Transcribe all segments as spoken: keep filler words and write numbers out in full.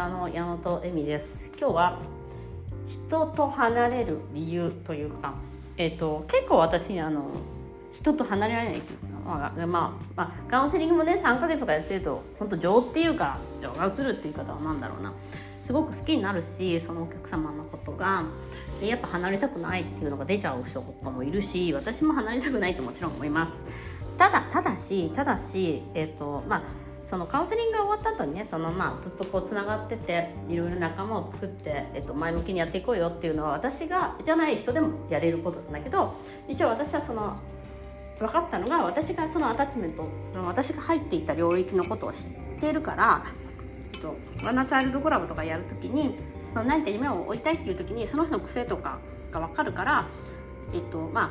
ラーの山本恵美です。今日は人と離れる理由というか、えー、と結構私あの人と離れられないっていうか、まあまあまあ、カウンセリングもねさんかげつとかやってると本当情っていうか情が移るっていう言い方はなんだろうな、すごく好きになるし、そのお客様のことがやっぱ離れたくないっていうのが出ちゃう人とかもいるし、私も離れたくないともちろん思います。ただただしただし、えっ、ー、とまあそのカウンセリングが終わった後にね、そのまあずっとこうつながってて、いろいろ仲間を作って、えっと、前向きにやっていこうよっていうのは私がじゃない人でもやれることなんだけど、一応私はその分かったのが、私がそのアタッチメント、私が入っていた領域のことを知っているから、えっと、ワナチャイルドクラブとかやるときに何か夢を追いたいっていうときにその人の癖とかが分かるから、えっとまあ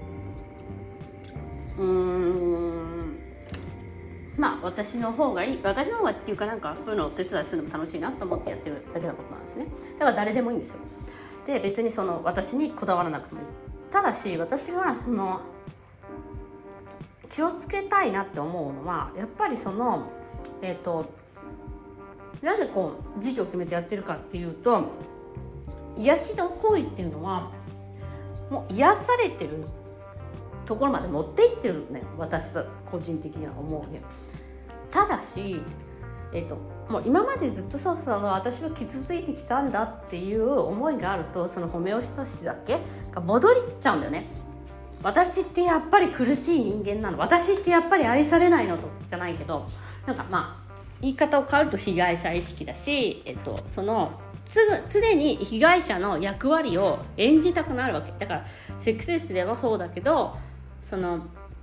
うーんまあ私の方がいい私の方がっていうか、なんかそういうのをお手伝いするのも楽しいなと思ってやってるだけのことなんですね。だから誰でもいいんですよ。で別にその私にこだわらなくてもいい。ただし私はその気をつけたいなって思うのは、やっぱりそのえっとなぜこう時期を決めてやってるかっていうと、癒しの行為っていうのはもう癒されてるところまで持っていってるのね、私は個人的には思うね。ただし、えっと、もう今までずっとそうその私は傷ついてきたんだっていう思いがあると、そのホメオスタシスだっけが戻りちゃうんだよね。私ってやっぱり苦しい人間なの、私ってやっぱり愛されないのとじゃないけど、なんかまあ言い方を変えると被害者意識だし、えっと、そのつ常に被害者の役割を演じたくなるわけだから、セックスレスではそうだけど、その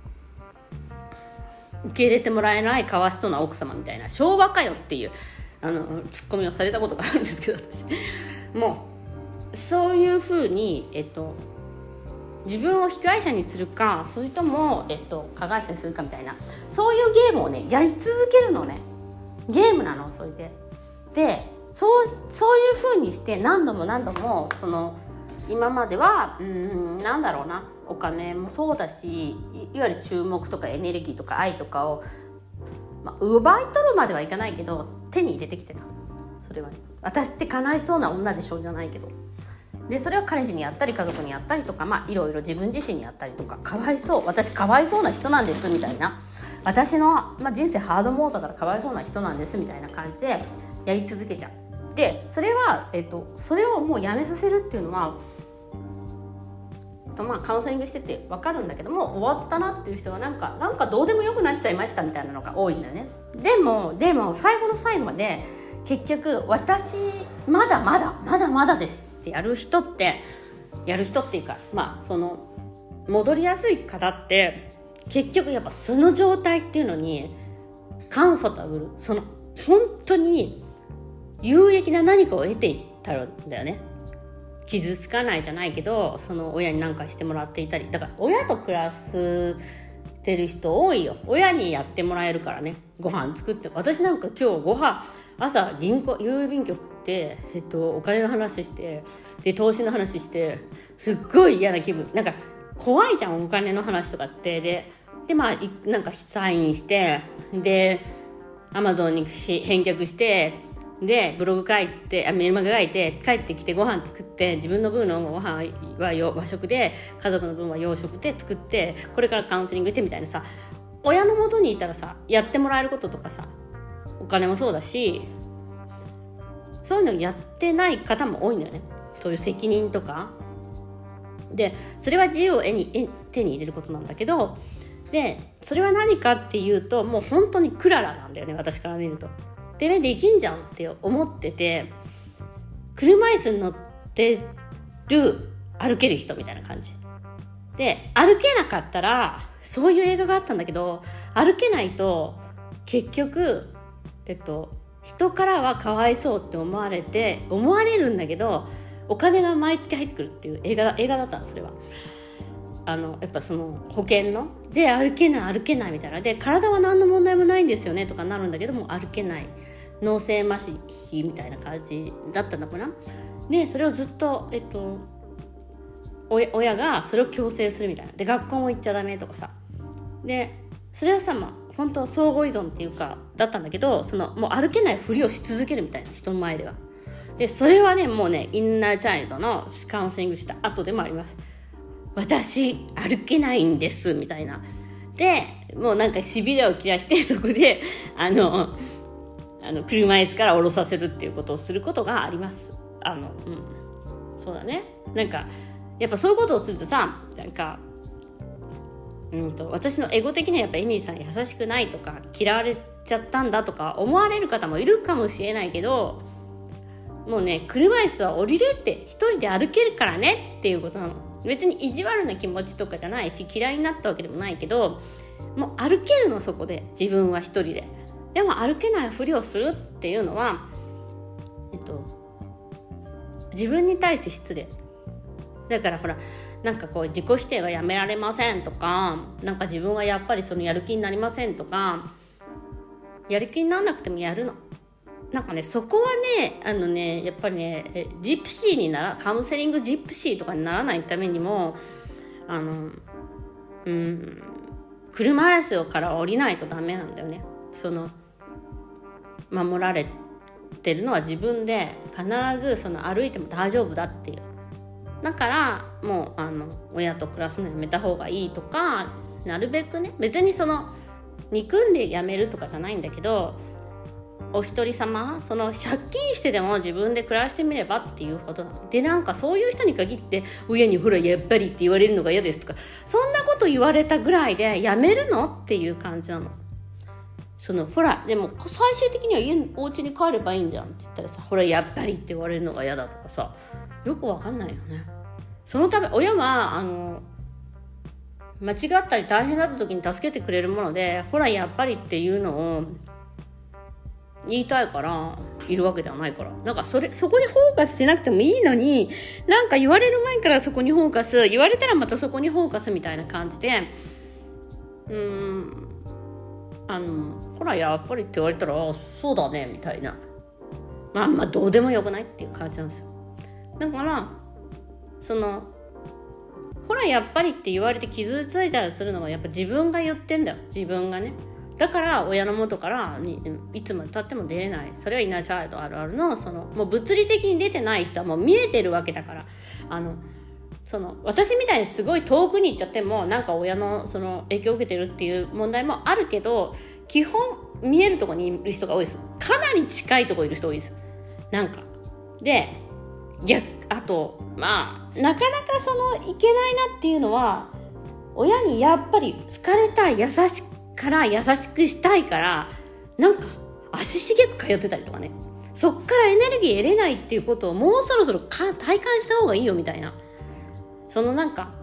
受け入れてもらえないかわいそうな奥様みたいな、昭和かよっていうあのツッコミをされたことがあるんですけど、私もうそういうふうに、えっと、自分を被害者にするか、それとも、えっと、加害者にするかみたいな、そういうゲームをねやり続けるのね。ゲームなの、それででそうそういうふうにして何度も何度も、その今まではうーんなんだろうな、お金もそうだし、いわゆる注目とかエネルギーとか愛とかを、まあ、奪い取るまではいかないけど手に入れてきてた。それはね、私って悲しそうな女でしょじゃないけど、でそれを彼氏にやったり家族にやったりとか、まあいろいろ自分自身にやったりとか、かわいそう、私かわいそうな人なんですみたいな、私の、まあ、人生ハードモードだからかわいそうな人なんですみたいな感じでやり続けちゃう。でそれは、えっと、それをもうやめさせるっていうのは、とまあ、カウンセリングしてて分かるんだけども、終わったなっていう人はなんかなんかどうでもよくなっちゃいましたみたいなのが多いんだよね。でもでも最後の最後まで結局私まだまだまだまだですってやる人ってやる人っていうか、まあその戻りやすい方って結局やっぱその状態っていうのにカンフォタブル、その本当に有益な何かを得ていったんだよね。傷つかないじゃないけど、その親に何かしてもらっていたり、だから親と暮らしてる人多いよ。親にやってもらえるからね、ご飯作って。私なんか今日ご飯朝銀行郵便局で、えっと、お金の話してで投資の話して、すっごい嫌な気分、なんか怖いじゃんお金の話とかって。ででまあなんかサインして、でアマゾンに返却して、でブログ書いて、あメルマガ書いて帰ってきてご飯作って、自分の分のご飯は和食で家族の分は洋食で作って、これからカウンセリングしてみたいなさ、親の元にいたらさやってもらえることとかさ、お金もそうだし、そういうのやってない方も多いんだよね。そういう責任とかで、それは自由を手に手に入れることなんだけど、でそれは何かっていうと、もう本当にクララなんだよね、私から見ると。でね、できんじゃんって思ってて、車椅子に乗ってる歩ける人みたいな感じで、歩けなかったら、そういう映画があったんだけど、歩けないと結局えっと人からはかわいそうって思われて思われるんだけど、お金が毎月入ってくるっていう映画映画だったの。それはあのやっぱその保険ので歩けない歩けないみたいなで、体は何の問題もないんですよねとかなるんだけども、歩けない、脳性麻痺みたいな感じだったのかな。でそれをずっとえっと親がそれを強制するみたいなで、学校も行っちゃダメとかさ、でそれはさ、まあ本当相互依存っていうかだったんだけど、そのもう歩けないふりをし続けるみたいな、人の前では。でそれはねもうねインナーチャイルドのカウンセリングした後でもあります。私歩けないんですみたいな。でもうなんかしびれを切らしてそこであのあの車椅子から降ろさせるっていうことをすることがあります。あのうんそうだね。なんかやっぱそういうことをするとさ、なんかうんと私のエゴ的にはやっぱエミリーさんに優しくないとか嫌われちゃったんだとか思われる方もいるかもしれないけど、もうね車椅子は降りれって一人で歩けるからねっていうことなの。別に意地悪な気持ちとかじゃないし嫌いになったわけでもないけど、もう歩けるのそこで自分は一人で。でも歩けないふりをするっていうのは、えっと、自分に対して失礼だから。ほらなんかこう自己否定がやめられませんとか、なんか自分はやっぱりそのやる気になりませんとか、やる気にならなくてもやるの。なんかねそこはねあのねやっぱりねジプシーにならカウンセリングジプシーとかにならないためにも、あのうん車椅子から降りないとダメなんだよね。その守られてるのは自分で、必ずその歩いても大丈夫だっていう。だからもうあの親と暮らすのやめた方がいいとか、なるべくね別にその憎んでやめるとかじゃないんだけど、お一人様その借金してでも自分で暮らしてみればっていうことなので、なんかそういう人に限って親にほらやっぱりって言われるのが嫌ですとか、そんなこと言われたぐらいでやめるのっていう感じなの。そのほらでも最終的には家お家に帰ればいいんだよって言ったらさ、ほらやっぱりって言われるのが嫌だとかさ、よくわかんないよね。そのため親はあの間違ったり大変だった時に助けてくれるもので、ほらやっぱりっていうのを言いたいからいるわけではないから、なんかそれそこにフォーカスしなくてもいいのに、なんか言われる前からそこにフォーカス、言われたらまたそこにフォーカスみたいな感じで、うーんあのほらやっぱりって言われたらそうだねみたいな、まあまあどうでもよくないっていう感じなんですよ。だからそのほらやっぱりって言われて傷ついたりするのはやっぱ自分が言ってんだよ、自分がね。だから親の元からにいつまで経っても出れない。それはインナーチャイルドあるあるの、そのもう物理的に出てない人はもう見えてるわけだから、あのその私みたいにすごい遠くに行っちゃってもなんか親のその影響を受けてるっていう問題もあるけど、基本見えるところにいる人が多いです。かなり近いところにいる人多いです。なんかで逆あとまあなかなかそのいけないなっていうのは、親にやっぱり好かれたい、優しから優しくしたいからなんか足しげく通ってたりとかね、そっからエネルギー得れないっていうことをもうそろそろか体感した方がいいよみたいな、そのなんか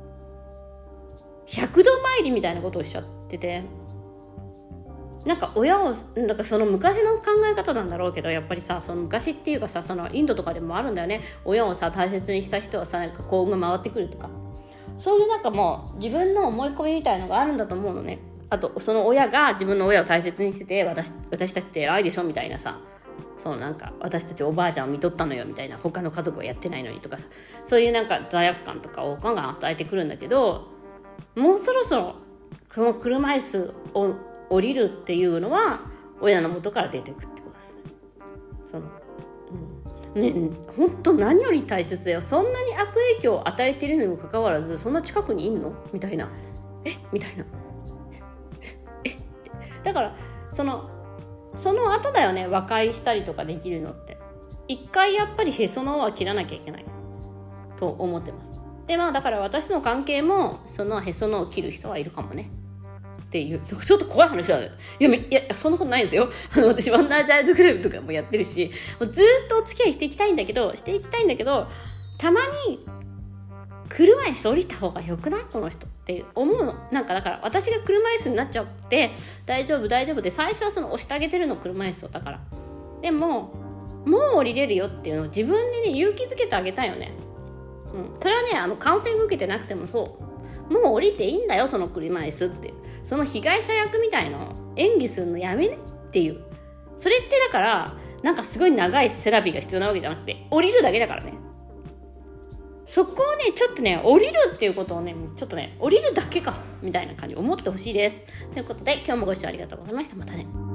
百度参りみたいなことをしちゃってて、なんか親をなんかその昔の考え方なんだろうけど、やっぱりさその昔っていうかさ、そのインドとかでもあるんだよね。親をさ大切にした人はさなんか幸運が回ってくるとか、そういうなんかもう自分の思い込みみたいのがあるんだと思うのね。あとその親が自分の親を大切にしてて、私私たちって偉いでしょみたいなさ、そのなんか私たちおばあちゃんを見とったのよみたいな、他の家族はやってないのにとかさ、そういうなんか罪悪感とかをガンガン与えてくるんだけど、もうそろそろこの車椅子を降りるっていうのは親の元から出てくってことですね。その、うん、ね、本当何より大切だよ。そんなに悪影響を与えているのにもかかわらず、そんな近くにいんのみたいな、えみたいな、ええだからそのその後だよね、和解したりとかできるのって。一回やっぱりへその緒は切らなきゃいけないと思ってます。でまあだから私の関係もそのへその緒を切る人はいるかもねっていう、ちょっと怖い話だよ。いや、いやそんなことないんですよ。あの私ワンダーチャイルドクラブとかもやってるし、もうずっとお付き合いしていきたいんだけどしていきたいんだけどたまに車椅子降りた方がよくないこの人って思うの。なんかだから私が車椅子になっちゃって大丈夫大丈夫で、最初はその押してあげてるの車椅子を。だからでももう降りれるよっていうのを自分でね勇気づけてあげたいよね。うん、それはねあのカウンセリング受けてなくてもそう、もう降りていいんだよその車椅子っていう、その被害者役みたいの演技するのやめねっていう。それってだからなんかすごい長いセラピーが必要なわけじゃなくて降りるだけだからね。 そこをねちょっとね降りるっていうことをねちょっとね降りるだけかみたいな感じで思ってほしいです。ということで今日もご視聴ありがとうございました。またね。